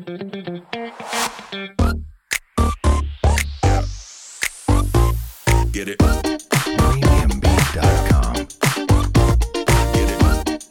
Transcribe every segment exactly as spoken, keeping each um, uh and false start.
Get it. premium beat dot com. Get it.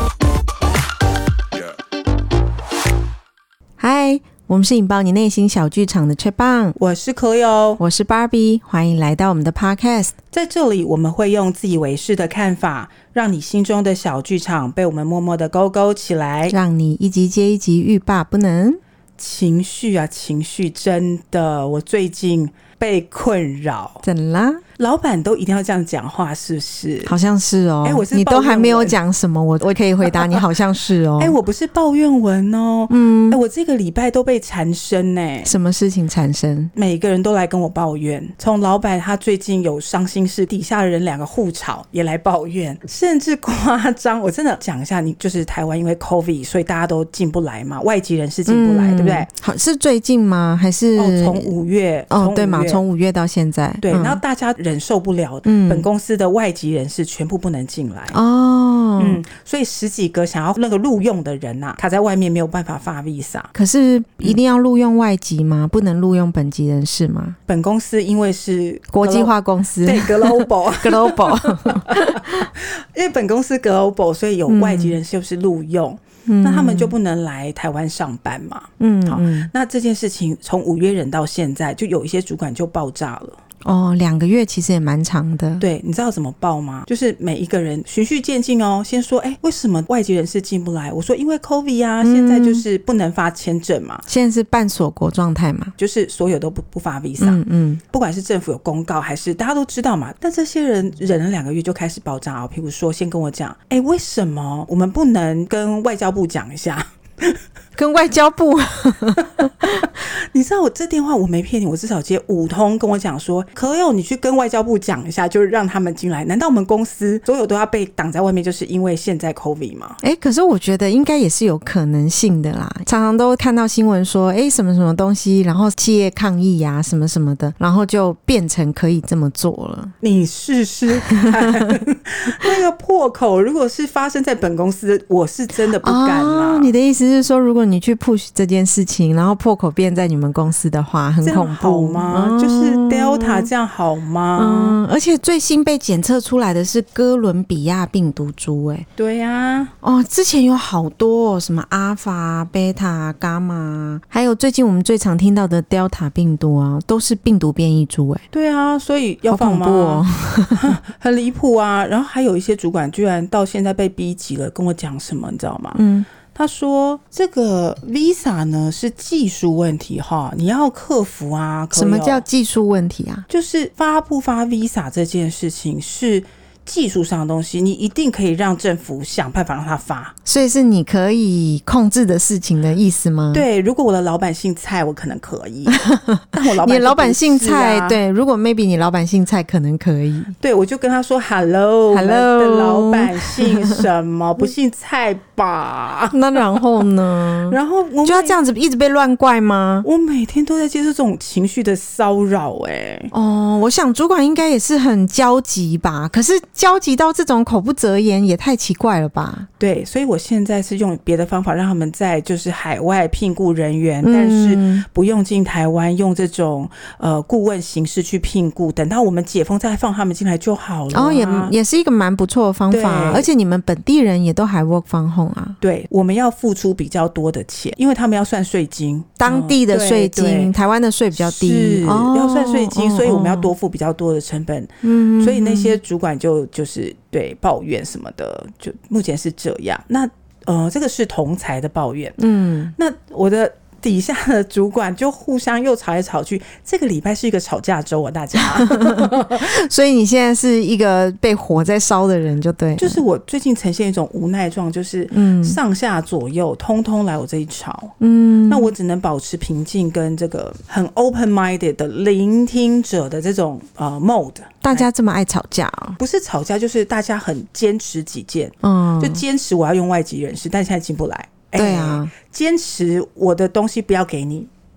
Yeah. 嗨，我们是引爆你内心小剧场的吹棒， 我是可友， 我是 Barbie， 欢迎来到我们的 Podcast。 在这里我们会用自以为是的看法，让你心中的小剧场被我们默默的勾勾起来， 让你一集接一集欲罢不能。 情绪啊，情绪真的，我最近被困扰。 怎啦？ 老板都一定要这样讲话是不是？ 好像是哦。 欸我是你都还没有抱怨文讲什么，我我可以回答你好像是哦。 哎、欸，我不是抱怨文哦，嗯，哎、欸，我这个礼拜都被缠身呢。 什么事情产生？ 每个人都来跟我抱怨，从老板他最近有伤心事，底下的人两个互吵也来抱怨，甚至夸张。我真的讲一下，你就是台湾因为 COVID， 所以大家都进不来嘛，外籍人士进不来，嗯、对不对？ 好，是最近吗？还是哦，从五月哦，对嘛，从五月到现在， 对， 嗯、 然后大家忍受不了。嗯、本公司的外籍人士全部不能进来哦， 嗯，所以十几个想要那个录用的人啊，他在外面没有办法发 visa。 可是一定要录用外籍吗？嗯、不能录用本籍人士吗？ 本公司因为是国际化公司， 对 global global， 因为本公司 global， 所以有外籍人士就是录用。嗯，那他们就不能来台湾上班嘛？嗯，好，那这件事情从五月忍到现在，就有一些主管就爆炸了。 哦，两个月其实也蛮长的。 对，你知道怎么报吗？就是每一个人循序渐进哦。先说，哎，为什么外籍人士进不来？我说因为 COVID 啊，嗯、现在就是不能发签证嘛。 现在是半锁国状态嘛， 就是所有都不不发 visa。 嗯嗯， 不管是政府有公告，还是大家都知道嘛。但这些人忍了两个月就开始爆炸哦。譬如说，先跟我讲，哎，为什么我们不能跟外交部讲一下？ 跟外交部你知道我这电话我没骗你，我至少接五通跟我讲说，可有你去跟外交部讲一下，就是让他们进来。难道我们公司所有都要被挡在外面，就是因为现在 COVID 吗？ 哎、欸，可是我觉得应该也是有可能性的啦。常常都看到新闻说，哎、欸，什么什么东西，然后企业抗议啊，什么什么的，然后就变成可以这么做了。 你试试看，那个破口如果是发生在本公司，我是真的不敢啦。 哦，你的意思是说，如果你去 push 这件事情，然后破口变在你们公司的话，很恐怖好吗？嗯、就是 Delta 这样好吗？ 嗯，而且最新被检测出来的是哥伦比亚病毒株，哎， 对呀、啊， 哦，之前有好多、哦、什么阿尔法、贝塔、伽马，还有最近我们最常听到的 Delta 病毒啊，都是病毒变异株，哎， 对啊，所以要放吗？ 哦、 很离谱啊！然后还有一些主管居然到现在被逼急了，跟我讲什么，你知道吗？嗯。他说这个 visa 呢是技术问题哈，你要克服啊。 什么叫技术问题啊？ 就是发不发 visa 这件事情是技术上的东西，你一定可以让政府想办法让他发， 所以是你可以控制的事情的意思吗？ 对，如果我的老板姓蔡，我可能可以，但我老板、啊、 你的老板姓蔡，对，如果 maybe 你老板姓蔡，可能可以。 对，我就跟他说 ，Hello， Hello， 我的老板姓什么？不姓蔡吧？ 那然后呢？ 然后我就要这样子一直被乱怪吗？ 我每天都在接受这种情绪的骚扰，哎， 哦，我想主管应该也是很焦急吧？可是焦急到这种口不择言也太奇怪了吧？ 对，所以我现在是用别的方法让他们在就是海外聘雇人员，嗯、但是不用进台湾，用这种呃顾问形式去聘雇，等到我们解封再放他们进来就好了、啊。 哦，也也是一个蛮不错的方法，而且你们本地人也都还 work from home 啊。 对，我们要付出比较多的钱，因为他们要算税金， 当地的税金，嗯、台湾的税比较低， 是、 哦、 要算税金，所以我们要多付比较多的成本。嗯，所以那些主管就就是对抱怨什么的，就目前是这样。那呃，这个是同才的抱怨。嗯，那我的底下的主管就互相又吵来吵去，这个礼拜是一个吵架周啊，大家。 所以你现在是一个被火在烧的人就对了。 就是我最近呈现一种无奈状，就是上下左右通通来我这一吵。嗯，那我只能保持平静跟这个很 open minded 的聆听者的这种呃 mode。 大家这么爱吵架啊？ 不是吵架，就是大家很坚持己见。嗯，就坚持我要用外籍人士，但现在进不来。 对啊， 坚持我的东西不要给你，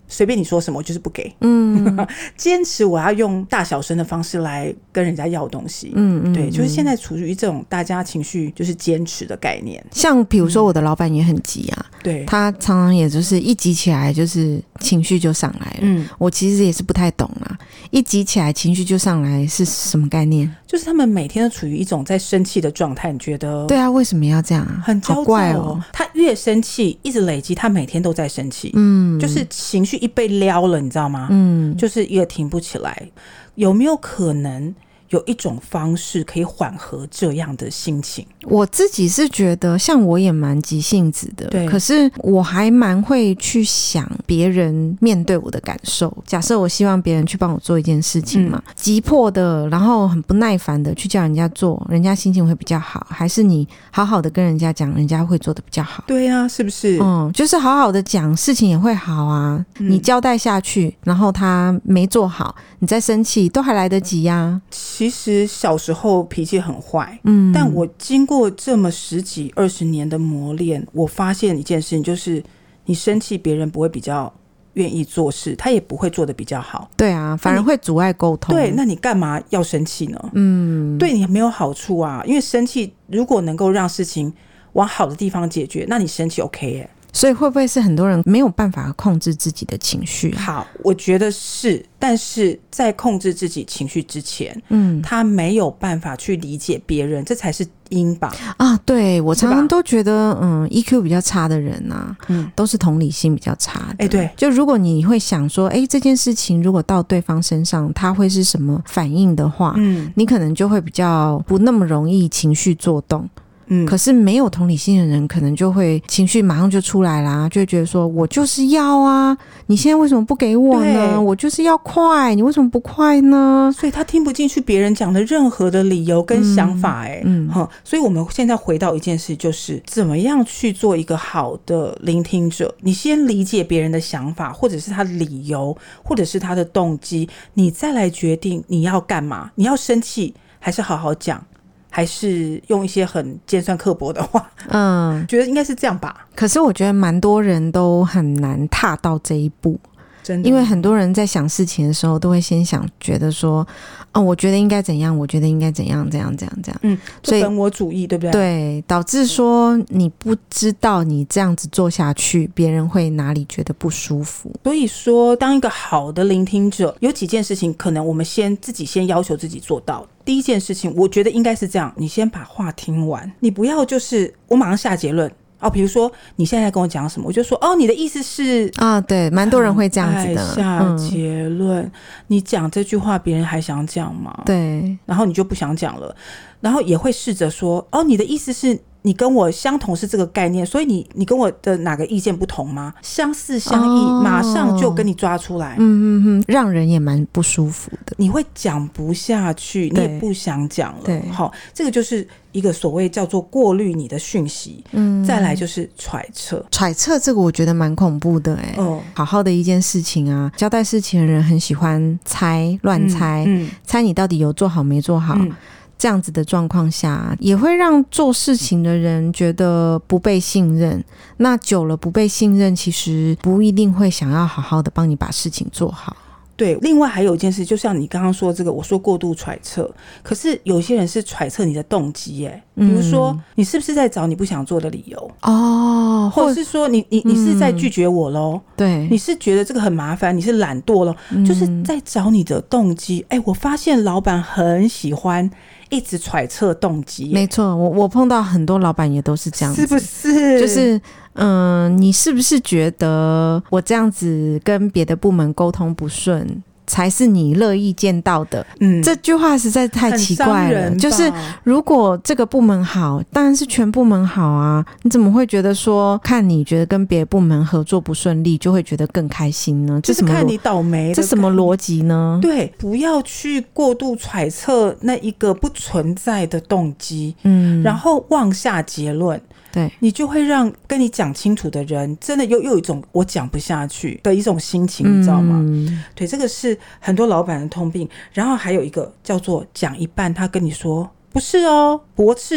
随便你说什么我就是不给，嗯，坚持我要用大小声的方式来跟人家要东西，嗯嗯，对，就是现在处于这种大家情绪就是坚持的概念。 像比如说我的老板也很急啊，对、嗯，他常常也就是一急起来就是情绪就上来了，嗯，我其实也是不太懂啦，一急起来情绪就上来是什么概念？ 就是他们每天都处于一种在生气的状态，你觉得？ 对啊，为什么要这样啊？ 很焦躁， 好怪哦。 他越生气一直累积，他每天都在生气，嗯，就是情绪一被撩了你知道吗？嗯，就是一个停不起来。有没有可能有一种方式可以缓和这样的心情？ 我自己是觉得像我也蛮急性子的，对，可是我还蛮会去想别人面对我的感受。假设我希望别人去帮我做一件事情嘛、嗯、急迫的然后很不耐烦的去叫人家做，人家心情会比较好，还是你好好的跟人家讲，人家会做的比较好？ 对啊，是不是？嗯， 就是好好的讲，事情也会好啊、嗯、你交代下去然后他没做好，你再生气都还来得及啊。 其实小时候脾气很坏，嗯，但我经过这么十几二十年的磨练，我发现一件事情，就是你生气别人不会比较愿意做事，他也不会做得比较好。 对啊，反而会阻碍沟通。 对，那你干嘛要生气呢？嗯，对你没有好处啊，因为生气如果能够让事情往好的地方解决，那你生气 OK 耶、欸。 所以会不会是很多人没有办法控制自己的情绪？ 好，我觉得是，但是在控制自己情绪之前，嗯，他没有办法去理解别人，这才是因吧？ 啊，对，我常常都觉得，嗯 ，E Q 比较差的人啊，嗯，都是同理心比较差的。哎、欸，对，就如果你会想说，哎、欸，这件事情如果到对方身上，他会是什么反应的话，嗯，你可能就会比较不那么容易情绪作动。嗯，可是没有同理心的人可能就会情绪马上就出来啦，就会觉得说我就是要啊，你现在为什么不给我呢？我就是要快，你为什么不快呢？ 所以他听不进去别人讲的任何的理由跟想法、欸嗯嗯、所以我们现在回到一件事，就是怎么样去做一个好的聆听者。你先理解别人的想法，或者是他的理由，或者是他的动机，你再来决定你要干嘛，你要生气还是好好讲，还是用一些很尖酸刻薄的话，嗯，觉得应该是这样吧。 可是我觉得蛮多人都很难踏到这一步，真的，因为很多人在想事情的时候都会先想觉得说，哦，我觉得应该怎样，我觉得应该怎样怎样怎样怎样，嗯， 所以本我主义，对不对？ 对，导致说你不知道你这样子做下去别人会哪里觉得不舒服。 所以说当一个好的聆听者，有几件事情可能我们先自己先要求自己做到。第一件事情我觉得应该是这样，你先把话听完，你不要就是我马上下结论哦，比如说你现在跟我讲什么，我就说哦，你的意思是啊，对，蛮多人会这样子的下结论、嗯、你讲这句话别人还想讲吗？ 对， 然后你就不想讲了，然后也会试着说哦，你的意思是你跟我相同是这个概念，所以你你跟我的哪个意见不同吗？相似相异、哦、马上就跟你抓出来， 嗯嗯嗯，让人也蛮不舒服的， 你会讲不下去，你也不想讲了。对，好，这个就是一个所谓叫做过滤你的讯息。嗯，再来就是揣测， 揣测这个我觉得蛮恐怖的哎、欸。哦，好好的一件事情啊，交代事情的人很喜欢猜乱猜、嗯嗯，猜你到底有做好没做好。嗯，这样子的状况下也会让做事情的人觉得不被信任，那久了不被信任其实不一定会想要好好的帮你把事情做好。 对，另外还有一件事，就像你刚刚说这个，我说过度揣测，可是有些人是揣测你的动机耶，比如说、嗯、你是不是在找你不想做的理由哦，或者是说你你你是在拒绝我咯、嗯、对，你是觉得这个很麻烦，你是懒惰咯、嗯、就是在找你的动机。哎，我发现老板很喜欢一直揣测动机。 没错，我我碰到很多老板也都是这样子， 是不是？ 就是嗯、呃，你是不是觉得我这样子跟别的部门沟通不顺才是你乐意见到的？嗯，这句话实在太奇怪了。就是如果这个部门好，当然是全部门好啊，你怎么会觉得说看你觉得跟别的部门合作不顺利就会觉得更开心呢？ 就是看你倒霉， 这什么逻辑呢？ 对，不要去过度揣测那一个不存在的动机，嗯，然后妄下结论。对，你就会让跟你讲清楚的人真的又又有一种我讲不下去的一种心情，你知道吗？嗯，对，这个是很多老板的通病。然后还有一个叫做讲一半他跟你说不是哦，驳斥你，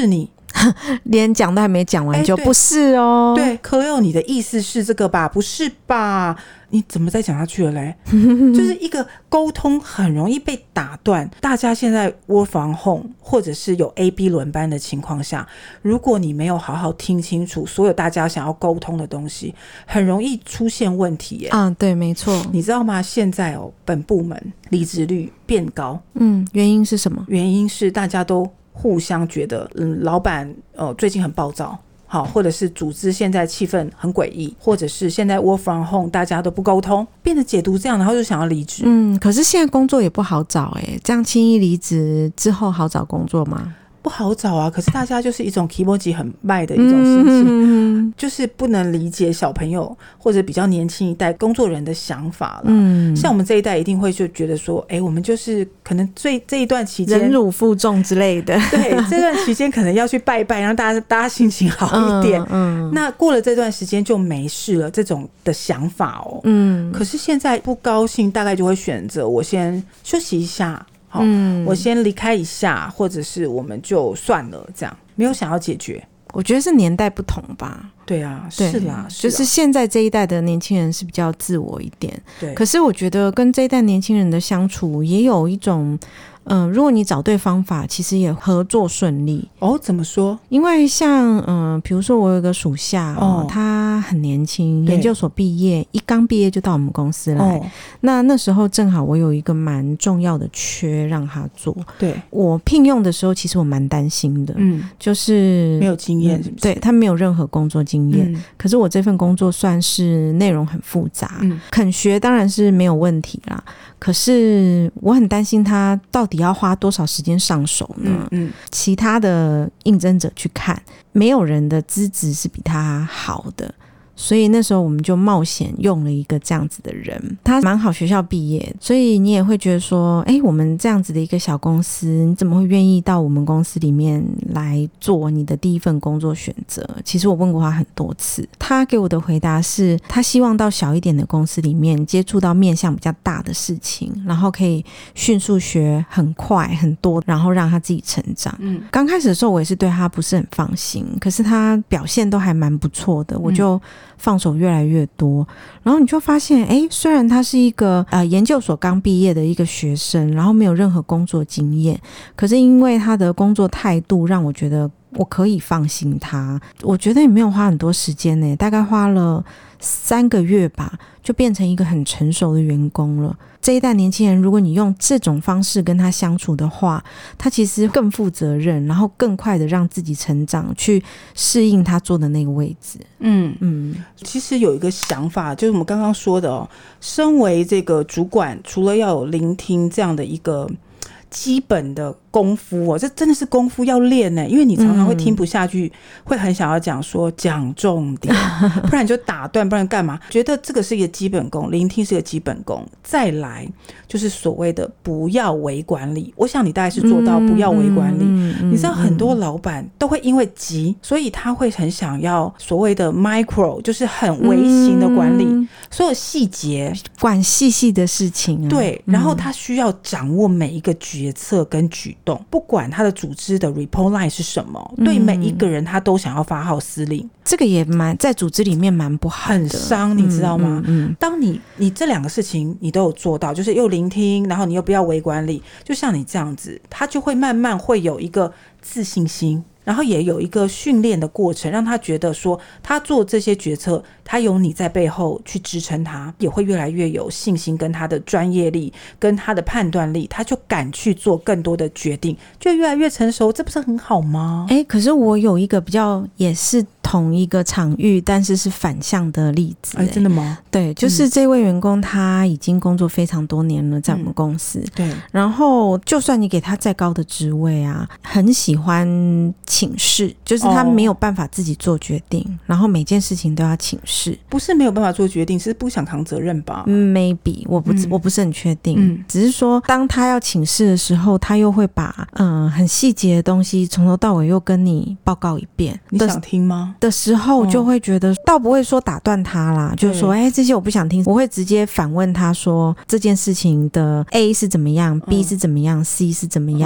连讲都还没讲完就、欸、不是哦。 对 Cleo 你的意思是这个吧？不是吧？你怎么再讲下去了嘞？就是一个沟通很容易被打断。大家现在 work from home 或者是有 A B 轮班的情况下，如果你没有好好听清楚所有大家想要沟通的东西，很容易出现问题耶。 啊，对，没错。 你知道吗？现在哦，本部门离职率变高。 嗯，原因是什么？ 原因是大家都互相觉得，嗯，老板呃最近很暴躁。好，或者是组织现在气氛很诡异，或者是现在 work from home 大家都不沟通，变得解读这样，然后就想要离职。 嗯，可是现在工作也不好找哎、欸，这样轻易离职之后好找工作吗？ 不好找啊，可是大家就是一种 kimoji 很卖的一种心情、嗯、就是不能理解小朋友或者比较年轻一代工作人的想法了、嗯、像我们这一代一定会就觉得说哎、欸，我们就是可能最这一段期间忍辱负重之类的， 对，这段期间可能要去拜拜让大家大家心情好一点、嗯嗯、那过了这段时间就没事了，这种的想法哦。嗯，可是现在不高兴大概就会选择我先休息一下，好、嗯，我先离开一下，或者是我们就算了，这样没有想要解决。 我觉得是年代不同吧。 对啊，是啦，是就是现在这一代的年轻人是比较自我一点。 对， 可是我觉得跟这一代年轻人的相处也有一种。嗯、呃，如果你找对方法，其实也合作顺利。 哦，怎么说？ 因为像嗯、呃，比如说我有一个属下哦，他很年轻，研究所毕业，一刚毕业就到我们公司来。哦、那那时候正好我有一个蛮重要的缺让他做。 对， 我聘用的时候，其实我蛮担心的，嗯，就是没有经验是不是、嗯， 对他没有任何工作经验、嗯。可是我这份工作算是内容很复杂，嗯、肯学当然是没有问题啦。可是我很担心他到底要花多少时间上手呢？嗯嗯，其他的应征者去看，没有人的资质是比他好的。所以那时候我们就冒险用了一个这样子的人，他蛮好，学校毕业，所以你也会觉得说，哎，我们这样子的一个小公司，你怎么会愿意到我们公司里面来做你的第一份工作选择？其实我问过他很多次，他给我的回答是他希望到小一点的公司里面接触到面向比较大的事情，然后可以迅速学很快很多，然后让他自己成长。嗯，刚开始的时候我也是对他不是很放心，可是他表现都还蛮不错的，我就放手越来越多，然后你就发现哎，虽然他是一个呃研究所刚毕业的一个学生，然后没有任何工作经验，可是因为他的工作态度让我觉得我可以放心他。我觉得也没有花很多时间呢，大概花了三个月吧，就变成一个很成熟的员工了。这一代年轻人，如果你用这种方式跟他相处的话，他其实更负责任，然后更快的让自己成长，去适应他坐的那个位置。 嗯嗯，其实有一个想法，就是我们刚刚说的哦，身为这个主管，除了要有聆听这样的一个基本的功夫哦，这真的是功夫要练呢，因为你常常会听不下去，嗯、会很想要讲说讲重点，不然就打断，不然干嘛？觉得这个是一个基本功，聆听是一个基本功。再来就是所谓的不要微管理，我想你大概是做到不要微管理。嗯嗯、你知道很多老板都会因为急，所以他会很想要所谓的 micro， 就是很微型的管理，嗯、所有细节管细细的事情、啊。 对，然后他需要掌握每一个决策跟举动，不管他的组织的 report line 是什么，嗯、对每一个人他都想要发号施令， 这个也蛮在组织里面蛮不好的， 很伤，你知道吗？嗯嗯嗯、当你你这两个事情你都有做到，就是又聆听，然后你又不要微管理，就像你这样子，他就会慢慢会有一个自信心。然后也有一个训练的过程，让他觉得说他做这些决策他有你在背后去支撑他，也会越来越有信心，跟他的专业力跟他的判断力，他就敢去做更多的决定，就越来越成熟，这不是很好吗？ 诶，可是我有一个比较也是同一个场域但是是反向的例子。 诶，真的吗？ 对，就是这位员工他已经工作非常多年了，在我们公司、嗯、 对， 然后就算你给他再高的职位啊，很喜欢请示，就是他没有办法自己做决定、哦、然后每件事情都要请示。 不是没有办法做决定，是不想扛责任吧？ Maybe 我不、嗯、我不是很确定、嗯、只是说当他要请示的时候，他又会把嗯、呃、很细节的东西从头到尾又跟你报告一遍。 你想听吗？ 的时候就会觉得、哦、倒不会说打断他啦，就是说哎、欸，这些我不想听，我会直接反问他说这件事情的 A 是怎么样、嗯、B 是怎么样、C 是怎么样、嗯，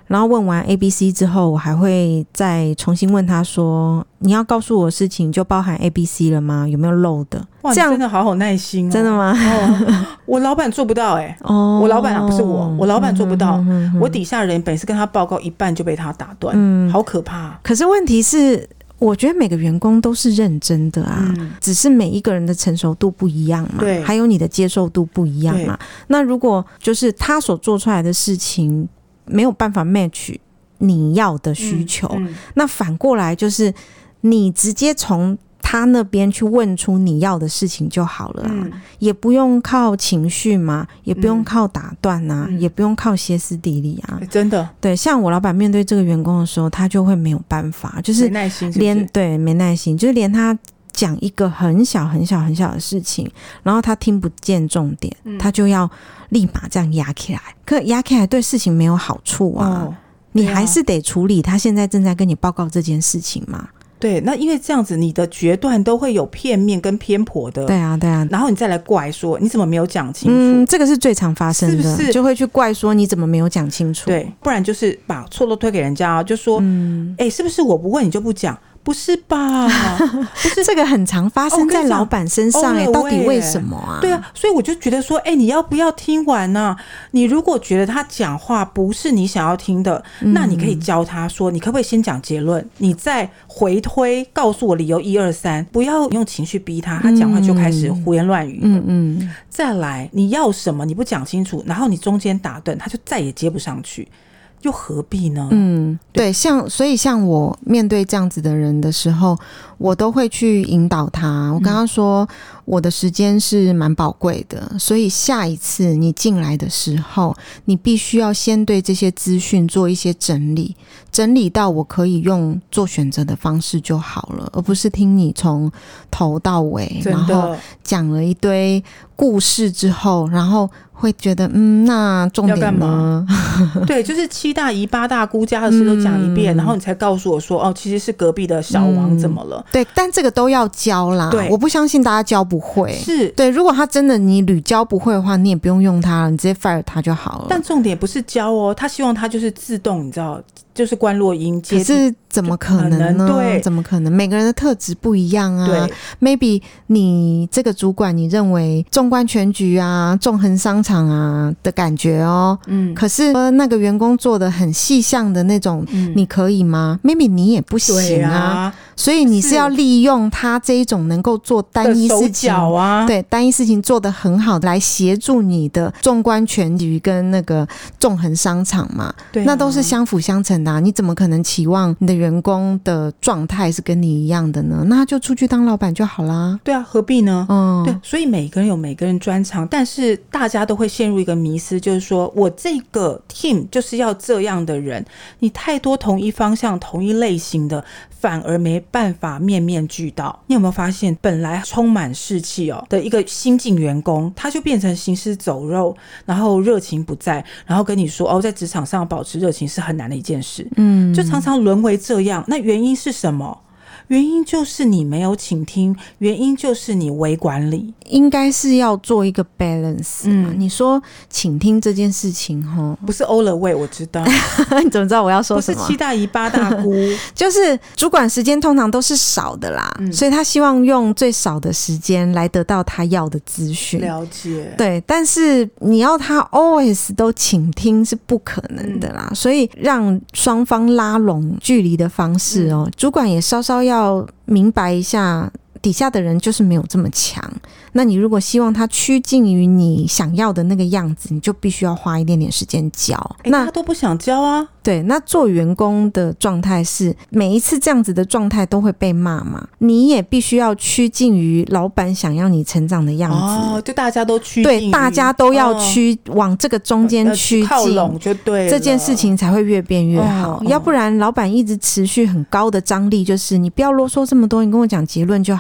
然后问完 A B C 之后，我还会再重新问他说，你要告诉我的事情就包含 A B C 了吗？有没有漏的？ 哇，这样真的好好耐心哦。 真的吗？ 哦、我老板做不到哎、欸哦，我老板啊不是我，我老板做不到、嗯嗯嗯、我底下人每次跟他报告一半就被他打断、嗯、好可怕、啊。 可是问题是我觉得每个员工都是认真的啊、嗯，只是每一个人的成熟度不一样嘛， 对， 还有你的接受度不一样嘛。那如果就是他所做出来的事情没有办法 match 你要的需求、嗯嗯、那反过来就是你直接从他那边去问出你要的事情就好了、啊嗯、也不用靠情绪嘛，也不用靠打断啊、嗯、也不用靠歇斯底里啊、 欸、真的。 对，像我老板面对这个员工的时候他就会没有办法，就是没耐心是不是， 连对没耐心，就是连他讲一个很小很小很小的事情，然后他听不见重点、嗯、他就要立马这样压起来，可压起来对事情没有好处啊、哦、你还是得处理他现在正在跟你报告这件事情嘛。 对，那因为这样子你的决断都会有片面跟偏颇的， 对啊对啊， 然后你再来怪说你怎么没有讲清楚、 嗯、这个是最常发生的， 是不是？ 就会去怪说你怎么没有讲清楚， 对，不然就是把错都推给人家，就说嗯，哎、欸，是不是我不问你就不讲？不是吧？不是， 这个很常发生在老板身上哎、欸，到底为什么啊？ 对啊，所以我就觉得说，哎、欸，你要不要听完呢、啊？你如果觉得他讲话不是你想要听的，嗯、那你可以教他说，你可不可以先讲结论，你再回推，告诉我理由一二三，不要用情绪逼他，他讲话就开始胡言乱语了。嗯嗯。再来，你要什么你不讲清楚，然后你中间打断，他就再也接不上去。又何必呢？ 嗯，对，像所以像我面对这样子的人的时候，我都会去引导他。我跟他说，嗯、我的时间是蛮宝贵的，所以下一次你进来的时候，你必须要先对这些资讯做一些整理，整理到我可以用做选择的方式就好了，而不是听你从头到尾，然后讲了一堆故事之后，然后会觉得嗯，那重点呢？ 对，就是七大姨八大姑家的事都讲一遍、嗯、然后你才告诉我说哦，其实是隔壁的小王怎么了、嗯、 对，但这个都要教啦，对，我不相信大家教不会， 是对，如果他真的你屡教不会的话，你也不用用他了，你直接 fire 他就好了。 但重点不是教哦，他希望他就是自动你知道就是关落音接， 可是怎么可能呢？ 对， 怎么可能？每个人的特质不一样啊。对 ，maybe 你这个主管你认为纵观全局啊、纵横商场啊的感觉哦，嗯，可是那个员工做的很细项的那种，嗯、你可以吗 ？maybe 你也不行啊。啊所以你是要利用他这一种能够做单一事情啊， 对，单一事情做得很好，来协助你的纵观全局跟那个纵横商场嘛，对、啊，那都是相辅相成的、啊。你怎么可能期望你的员工的状态是跟你一样的呢？那他就出去当老板就好啦。 对啊，何必呢？嗯，对，所以每个人有每个人专长，但是大家都会陷入一个迷思，就是说我这个 team 就是要这样的人，你太多同一方向、同一类型的，反而没办法面面俱到。你有没有发现，本来充满士气哦的一个新进员工，他就变成行尸走肉，然后热情不在，然后跟你说哦，在职场上保持热情是很难的一件事。嗯，就常常沦为这样。那原因是什么？原因就是你没有倾听，原因就是你微管理。 应该是要做一个 balance、嗯、你说倾听这件事情不是 all the way， 我知道你怎么知道我要说什么？ 不是七大姨八大姑就是主管时间通常都是少的啦、嗯、所以他希望用最少的时间来得到他要的资讯。 了解。 对，但是你要他 always 都倾听是不可能的啦、嗯、所以让双方拉拢距离的方式哦、嗯，主管也稍稍要要明白一下底下的人就是没有这么强，那你如果希望他趋近于你想要的那个样子，你就必须要花一点点时间教、 欸、那他都不想教啊。 对，那做员工的状态是每一次这样子的状态都会被骂嘛，你也必须要趋近于老板想要你成长的样子。 哦，就大家都趋近， 对，大家都要趋、哦、往这个中间趋近， 靠拢就对了， 这件事情才会越变越好、哦、要不然老板一直持续很高的张力，就是你不要啰嗦这么多，你跟我讲结论就好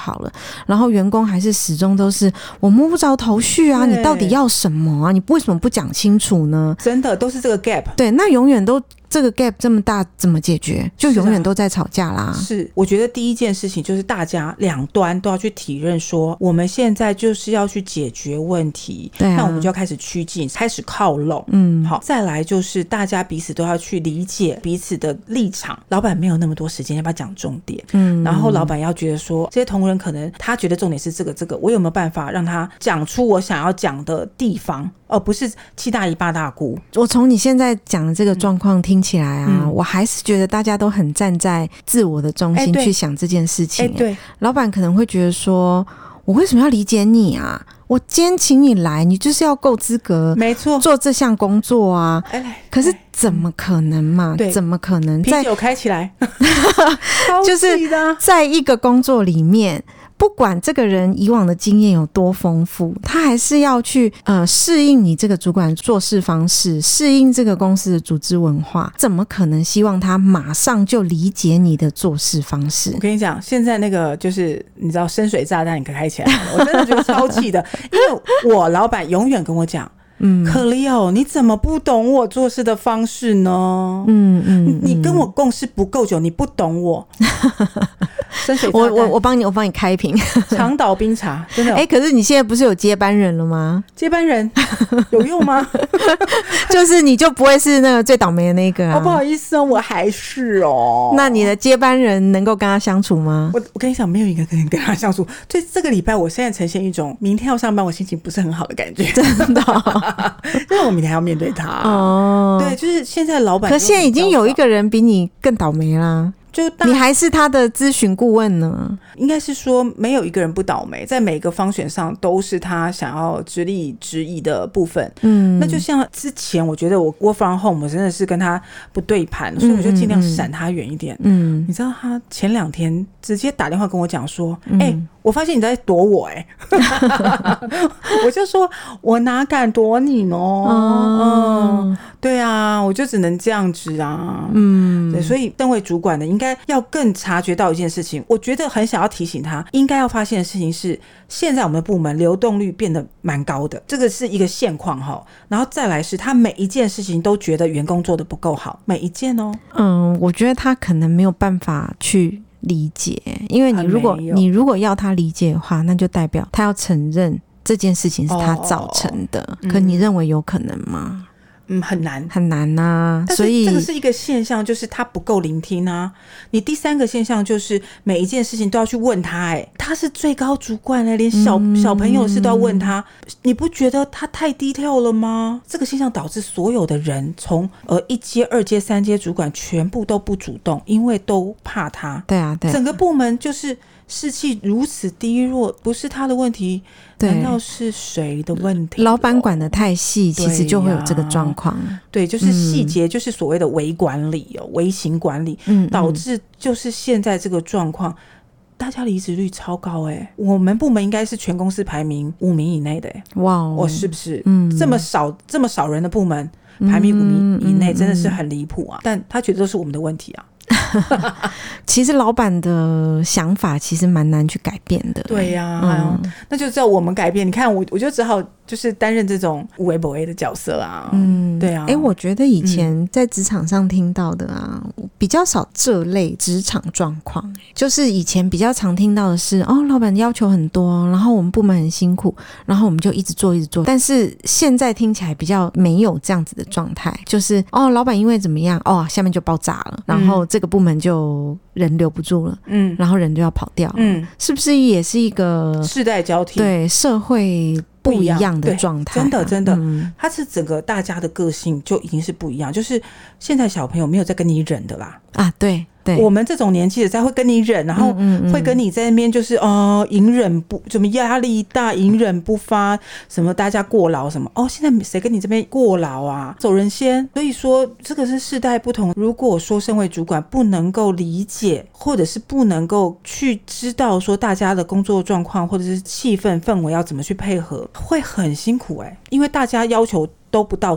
好了，然后员工还是始终都是我摸不着头绪啊，你到底要什么啊？你为什么不讲清楚呢？ 真的都是这个 gap。 对，那永远都这个 gap 这么大，怎么解决？就永远都在吵架啦。 是,、啊、是我觉得第一件事情就是大家两端都要去体认说，我们现在就是要去解决问题，对、啊、那我们就要开始趋近，开始靠拢。嗯，好，再来就是大家彼此都要去理解彼此的立场。老板没有那么多时间，要不要讲重点？嗯，然后老板要觉得说，这些同仁可能他觉得重点是这个这个，我有没有办法让他讲出我想要讲的地方，而不是七大姨八大姑。 我从你现在讲的这个状况听起来啊、嗯，我还是觉得大家都很站在自我的中心去想这件事情、欸欸、对，老板可能会觉得说，我为什么要理解你啊？我今天请你来，你就是要够资格，没错，做这项工作啊。可是怎么可能嘛？对，怎么可能？ 啤酒开起来， 就是在一个工作里面。不管这个人以往的经验有多丰富，他还是要去呃适应你这个主管做事方式，适应这个公司的组织文化，怎么可能希望他马上就理解你的做事方式？ 我跟你讲，现在那个就是你知道深水炸弹，你可以开起来了，我真的觉得超气的，因为我老板永远跟我讲。嗯，可丽哦，你怎么不懂我做事的方式呢？嗯嗯，你跟我共事不够久，你不懂我。深水炸弹， 我我我帮你，我帮你开瓶长岛冰茶，真的。 哎、欸，可是你现在不是有接班人了吗？ 接班人有用吗？ 就是你就不会是那个最倒霉的那个啊？ 哦，不好意思哦，我还是哦。 那你的接班人能够跟他相处吗？ 我我跟你讲，没有一个人跟他相处。所以这个礼拜，我现在呈现一种明天要上班，我心情不是很好的感觉， 真的、哦。 因为我明天还要面对他哦，对，就是现在老板， 可现在已经有一个人比你更倒霉啦，就你还是他的咨询顾问呢。 应该是说没有一个人不倒霉，在每个方选上都是他想要直立直议的部分。嗯，那就像之前我觉得我 work from home 我真的是跟他不对盘，所以我就尽量闪他远一点。嗯，你知道他前两天直接打电话跟我讲说，哎、嗯欸，我发现你在躲我、欸，哎，我就说我哪敢躲你呢？哦、嗯，对啊，我就只能这样子啊。嗯，对，所以身为主管的应该要更察觉到一件事情，我觉得很想要提醒他应该要发现的事情是，现在我们的部门流动率变得蛮高的，这个是一个现况齁。然后再来是他每一件事情都觉得员工做得不够好，每一件哦。 嗯，我觉得他可能没有办法去理解，因为你如果你如果要他理解的话，那就代表他要承认这件事情是他造成的。哦嗯、可你认为有可能吗？ 嗯，很难很难啊， 所以这个是一个现象，就是他不够聆听啊。你第三个现象就是每一件事情都要去问他、欸，哎，他是最高主管哎、欸，连小、嗯、小朋友的事都要问他，你不觉得他太detail了吗？这个现象导致所有的人从呃一阶、二阶、三阶主管全部都不主动，因为都怕他。 对啊，对， 整个部门就是士气如此低落，不是他的问题，难道是谁的问题？ 老板管得太细，其实就会有这个状况。 对，就是细节、嗯，就是所谓的微管理哦，微型管理、嗯，导致就是现在这个状况，大家离职率超高哎、欸，我们部门应该是全公司排名五名以内的哎、欸，哇，我是不是？嗯，这么少这么少人的部门排名五名以内，真的是很离谱啊、嗯嗯！但他觉得都是我们的问题啊。 其实老板的想法其实蛮难去改变的。 对呀、啊嗯，那就只有我们改变。你看我，我就只好就是担任这种无为不为的角色啊。嗯，对啊。哎、 欸，我觉得以前在职场上听到的啊，嗯、比较少这类职场状况。就是以前比较常听到的是，哦，老板要求很多，然后我们部门很辛苦，然后我们就一直做一直做。但是现在听起来比较没有这样子的状态，就是哦，老板因为怎么样，哦，下面就爆炸了，然后这个部门就人留不住了，嗯，然后人就要跑掉了，嗯，是不是也是一个世代交替？对， 社会不一样的状态、啊， 真的真的、嗯，它是整个大家的个性就已经是不一样，就是现在小朋友没有在跟你忍的啦， 啊，对。 我们这种年纪的才会跟你忍，然后会跟你在那边就是哦隐忍不什么压力大，隐忍不发，什么大家过劳什么哦，现在谁跟你这边过劳啊？走人先。所以说这个是世代不同。如果说身为主管不能够理解，或者是不能够去知道说大家的工作状况或者是气氛氛围要怎么去配合，会很辛苦哎、欸，因为大家要求都不到点。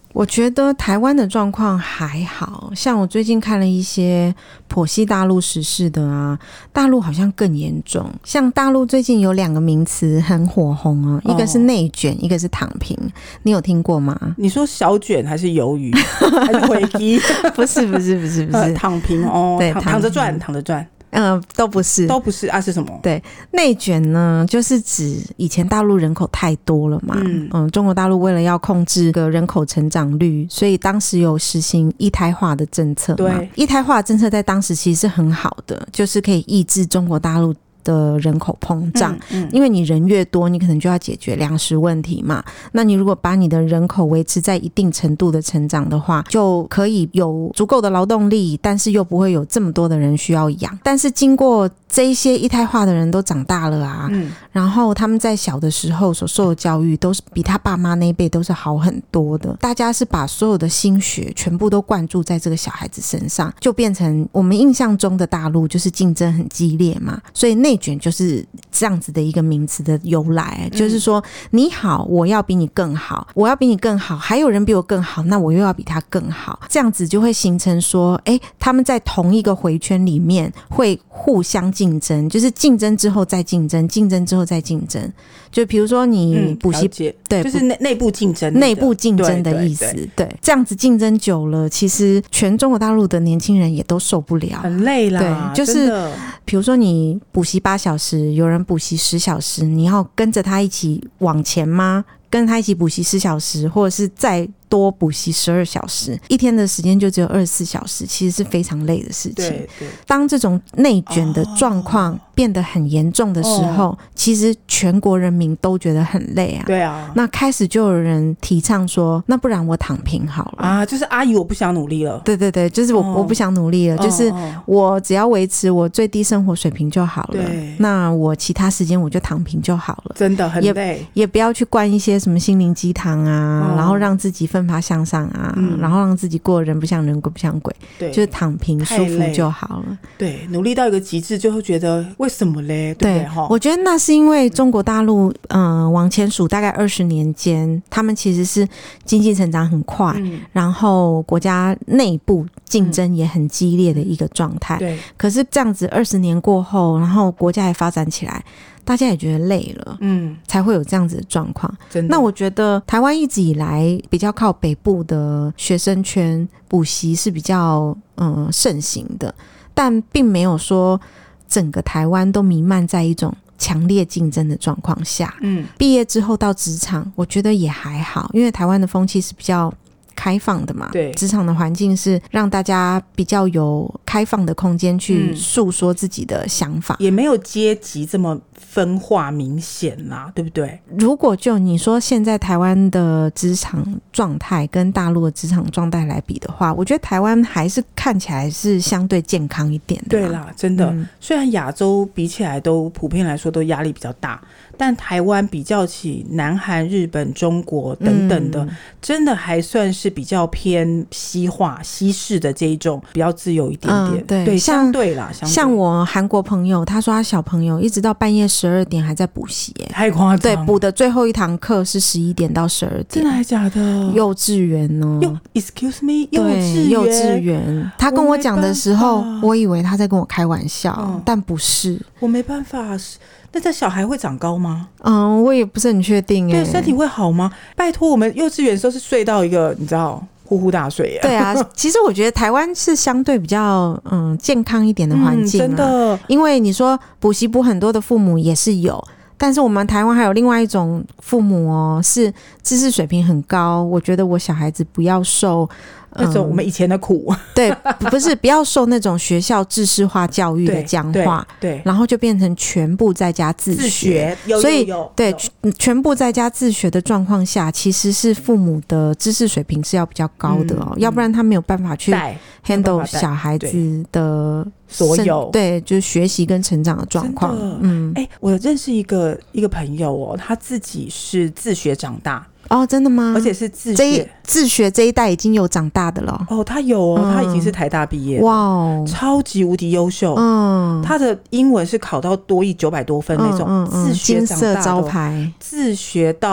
我觉得台湾的状况还好，像我最近看了一些剖析大陆时事的啊，大陆好像更严重。像大陆最近有两个名词很火红啊，一个是内卷，一个是躺平，你有听过吗？ 你说小卷还是鱿鱼还是回鸡？ 不是不是不是不是、呃、 躺平哦，对，躺躺着赚躺着赚。 嗯，都不是， 都不是啊，是什么？ 对，内卷呢，就是指以前大陆人口太多了嘛，嗯, 嗯中国大陆为了要控制个人口成长率，所以当时有实行一胎化的政策嘛。对，一胎化的政策在当时其实是很好的，就是可以抑制中国大陆的人口膨胀、嗯嗯、因为你人越多，你可能就要解决粮食问题嘛，那你如果把你的人口维持在一定程度的成长的话，就可以有足够的劳动力，但是又不会有这么多的人需要养。但是经过这一些一胎化的人都长大了啊、嗯、然后他们在小的时候所受的教育都是比他爸妈那一辈都是好很多的，大家是把所有的心血全部都灌注在这个小孩子身上，就变成我们印象中的大陆就是竞争很激烈嘛，所以内卷就是这样子的一个名词的由来、嗯、就是说你好，我要比你更好，我要比你更好，还有人比我更好，那我又要比他更好，这样子就会形成说诶，他们在同一个回圈里面会互相竞争，就是竞争之后再竞争，竞争之后再竞争，就比如说你补习、嗯、对， 就是内部竞争内部竞争的意思。 对, 对, 对，这样子竞争久了，其实全中国大陆的年轻人也都受不了， 很累啦。 对，就是比如说你补习八小时，有人补习十小时，你要跟着他一起往前吗？跟他一起补习十小时，或者是再多补习十二小时，一天的时间就只有二十四小时，其实是非常累的事情。对对，当这种内卷的状况变得很严重的时候、哦、其实全国人民都觉得很累啊。 对啊， 那开始就有人提倡说，那不然我躺平好了啊，就是阿姨我不想努力了。 对对对，就是我、哦、我不想努力了，就是我只要维持我最低生活水平就好了，那我其他时间我就躺平就好了。 真的很累， 也, 也不要去灌一些什么心灵鸡汤啊、哦、然后让自己奋发向上啊、嗯、然后让自己过人不像人鬼不像鬼，对，就是躺平舒服就好了。 对，努力到一个极致就会觉得为什么嘞？对不对？ 我觉得那是因为中国大陆嗯、呃，往前数大概二十年间，他们其实是经济成长很快、嗯、然后国家内部竞争也很激烈的一个状态、嗯、对。可是这样子二十年过后，然后国家也发展起来，大家也觉得累了，嗯，才会有这样子的状况。那我觉得台湾一直以来比较靠北部的学生圈补习是比较嗯盛行的，但并没有说整个台湾都弥漫在一种强烈竞争的状况下。嗯，毕业之后到职场，我觉得也还好，因为台湾的风气是比较开放的嘛，对，职场的环境是让大家比较有开放的空间去诉说自己的想法、嗯、 也没有阶级这么分化明显啦，对不对？ 如果就你说现在台湾的职场状态跟大陆的职场状态来比的话，我觉得台湾还是看起来是相对健康一点的。 对啦，真的、嗯、虽然亚洲比起来都普遍来说都压力比较大，但台湾比较起南韩、日本、中国等等的、嗯、真的还算是比较偏西化西式的这一种比较自由一点点、嗯、对, 对相对啦相对像我韩国朋友，他说他小朋友一直到半夜十二点还在补习， 太夸张。 对，补的最后一堂课是十一点到十二点。 真的还假的？ 幼稚园哦。 Excuse me， 幼稚园。 幼稚园。他跟我讲的时候，我, 我以为他在跟我开玩笑、嗯、但不是。 我没办法。那这小孩会长高吗？ 嗯，我也不是很确定耶。 对，身体会好吗？拜托，我们幼稚园的时候是睡到一个你知道呼呼大睡耶。 对啊，其实我觉得台湾是相对比较嗯健康一点的环境、啊嗯、真的。因为你说补习补很多的父母也是有，但是我们台湾还有另外一种父母哦，是知识水平很高，我觉得我小孩子不要受那种我们以前的苦、嗯、 对，不是不要受那种学校制式化教育的僵化， 对, 对，然后就变成全部在家自学, 自学有所以有有对有全部在家自学的状况下，其实是父母的知识水平是要比较高的哦，嗯、要不然他没有办法去 handle 小孩子的所有对，就是学习跟成长的状况。 嗯，哎、欸，我认识一个一个朋友哦，他自己是自学长大。 哦，真的吗？ 而且是自学， 这自学这一代已经有长大的了。 哦，他有哦、嗯，他已经是台大毕业，哇哦，超级无敌优秀。嗯，他的英文是考到多益九百多分那种，嗯嗯嗯、自学长大的，金色招牌，自学到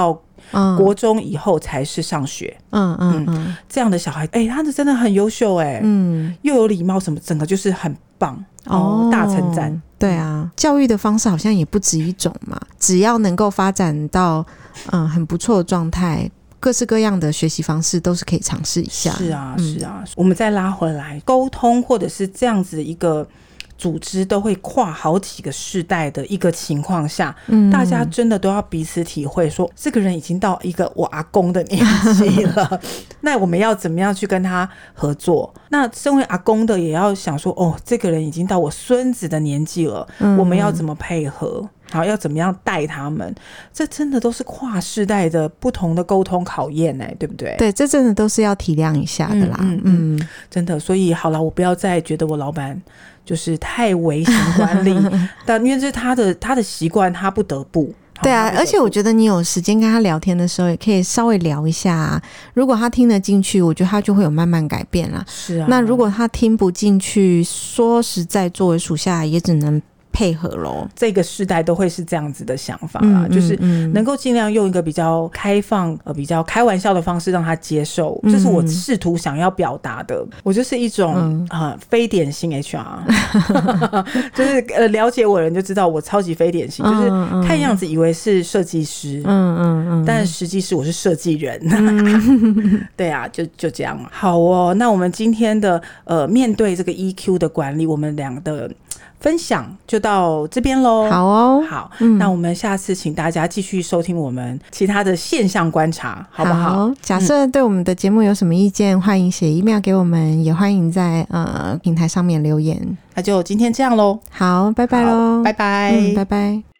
嗯，国中以后才是上学，嗯嗯嗯，这样的小孩，哎、欸，他是真的很优秀，哎，嗯，又有礼貌，什么，整个就是很棒哦，大称赞。 对啊，教育的方式好像也不止一种嘛，只要能够发展到嗯很不错的状态，各式各样的学习方式都是可以尝试一下。 是啊，是啊，嗯、我们再拉回来，沟通或者是这样子一个组织都会跨好几个世代的一个情况下、嗯、大家真的都要彼此体会说这个人已经到一个我阿公的年纪了那我们要怎么样去跟他合作，那身为阿公的也要想说哦，这个人已经到我孙子的年纪了、嗯、我们要怎么配合，然后要怎么样带他们，这真的都是跨世代的不同的沟通考验、欸、对不对？ 对，这真的都是要体谅一下的啦。嗯, 嗯, 嗯真的，所以好了，我不要再觉得我老板就是太微型管理但因为这是他的他的习惯，他不得不。 对啊，而且我觉得你有时间跟他聊天的时候也可以稍微聊一下、啊、如果他听得进去，我觉得他就会有慢慢改变啦。 是啊， 那如果他听不进去，说实在作为属下也只能配合咯， 这个世代都会是这样子的想法啦、嗯、就是能够尽量用一个比较开放呃比较开玩笑的方式让他接受、嗯、这是我试图想要表达的。我就是一种、嗯呃、非典型 H R 就是呃了解我的人就知道我超级非典型、嗯、就是看样子以为是设计师嗯嗯嗯，但实际是我是设计人、嗯、对啊，就就这样。好哦，那我们今天的呃面对这个 E Q 的管理，我们两个的分享就到这边咯。 好哦， 好、嗯、那我们下次请大家继续收听我们其他的现象观察，好不好？ 好，假设对我们的节目有什么意见、嗯、欢迎写 email 给我们，也欢迎在呃平台上面留言。 那就今天这样咯。 好，拜拜咯， 拜拜、 嗯、拜拜。